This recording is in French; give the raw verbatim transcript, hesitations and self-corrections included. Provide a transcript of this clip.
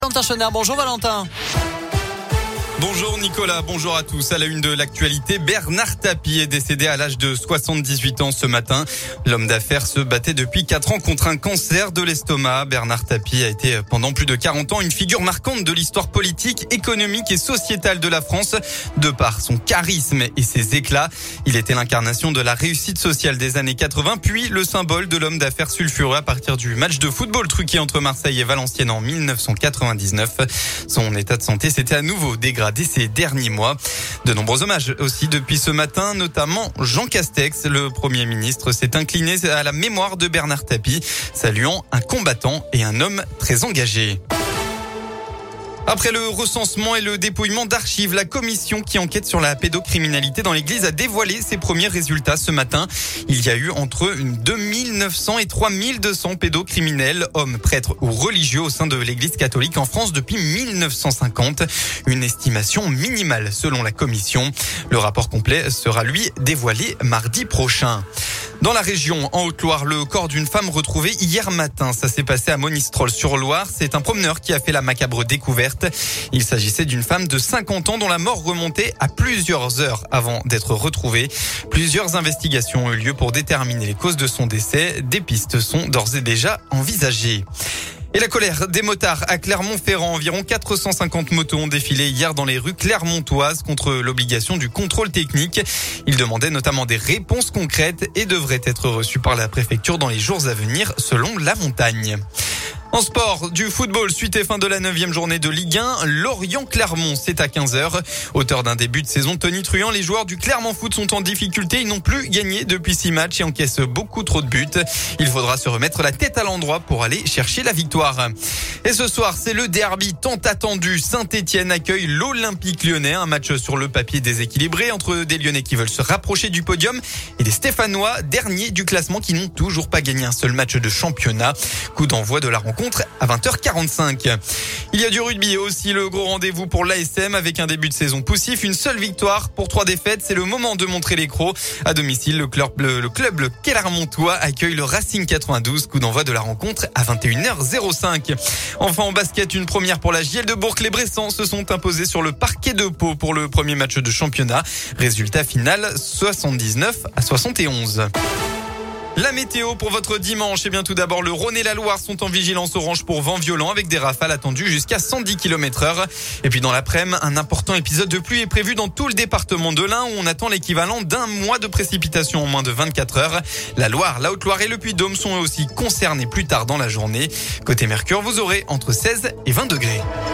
Valentin Chenard, bonjour Valentin. Bonjour Nicolas, bonjour à tous. À la une de l'actualité, Bernard Tapie est décédé à l'âge de soixante-dix-huit ans ce matin. L'homme d'affaires se battait depuis quatre ans contre un cancer de l'estomac. Bernard Tapie a été pendant plus de quarante ans une figure marquante de l'histoire politique, économique et sociétale de la France. De par son charisme et ses éclats, il était l'incarnation de la réussite sociale des années quatre-vingts, puis le symbole de l'homme d'affaires sulfureux à partir du match de football truqué entre Marseille et Valenciennes en dix-neuf cent quatre-vingt-dix-neuf. Son état de santé s'était à nouveau dégradé ces derniers mois. De nombreux hommages aussi depuis ce matin, notamment Jean Castex. Le Premier ministre s'est incliné à la mémoire de Bernard Tapie, saluant un combattant et un homme très engagé. Après le recensement et le dépouillement d'archives, la commission qui enquête sur la pédocriminalité dans l'église a dévoilé ses premiers résultats ce matin. Il y a eu entre deux mille neuf cents et trois mille deux cents pédocriminels, hommes, prêtres ou religieux au sein de l'église catholique en France depuis mille neuf cent cinquante. Une estimation minimale selon la commission. Le rapport complet sera lui dévoilé mardi prochain. Dans la région, en Haute-Loire, le corps d'une femme retrouvée hier matin. Ça s'est passé à Monistrol-sur-Loire. C'est un promeneur qui a fait la macabre découverte. Il s'agissait d'une femme de cinquante ans dont la mort remontait à plusieurs heures avant d'être retrouvée. Plusieurs investigations ont eu lieu pour déterminer les causes de son décès. Des pistes sont d'ores et déjà envisagées. Et la colère des motards à Clermont-Ferrand. Environ quatre cent cinquante motos ont défilé hier dans les rues clermontoises contre l'obligation du contrôle technique. Ils demandaient notamment des réponses concrètes et devraient être reçues par la préfecture dans les jours à venir selon la montagne. En sport, du football, suite et fin de la neuvième journée de Ligue un, Lorient-Clermont, c'est à quinze heures. Auteur d'un début de saison tonitruant, les joueurs du Clermont Foot sont en difficulté. Ils n'ont plus gagné depuis six matchs et encaissent beaucoup trop de buts. Il faudra se remettre la tête à l'endroit pour aller chercher la victoire. Et ce soir, c'est le derby tant attendu. Saint-Etienne accueille l'Olympique Lyonnais. Un match sur le papier déséquilibré entre des Lyonnais qui veulent se rapprocher du podium et des Stéphanois, derniers du classement, qui n'ont toujours pas gagné un seul match de championnat. Coup d'envoi de la rencontre à vingt heures quarante-cinq. Il y a du rugby aussi, le gros rendez-vous pour l'A S M avec un début de saison poussif, une seule victoire pour trois défaites. C'est le moment de montrer les crocs. À domicile, le club, le, le club le Clermontois accueille le Racing quatre-vingt-douze. Coup d'envoi de la rencontre à vingt et une heures cinq. Enfin en basket, une première pour la J L de Bourg. Les Bressans se sont imposés sur le parquet de Pau pour le premier match de championnat. Résultat final soixante-dix-neuf à soixante et onze. La météo pour votre dimanche. Eh bien, tout d'abord, le Rhône et la Loire sont en vigilance orange pour vent violent avec des rafales attendues jusqu'à cent dix kilomètres heure. Et puis, dans l'après-midi, un important épisode de pluie est prévu dans tout le département de l'Ain où on attend l'équivalent d'un mois de précipitations en moins de vingt-quatre heures. La Loire, la Haute-Loire et le Puy-de-Dôme sont aussi concernés plus tard dans la journée. Côté Mercure, vous aurez entre seize et vingt degrés.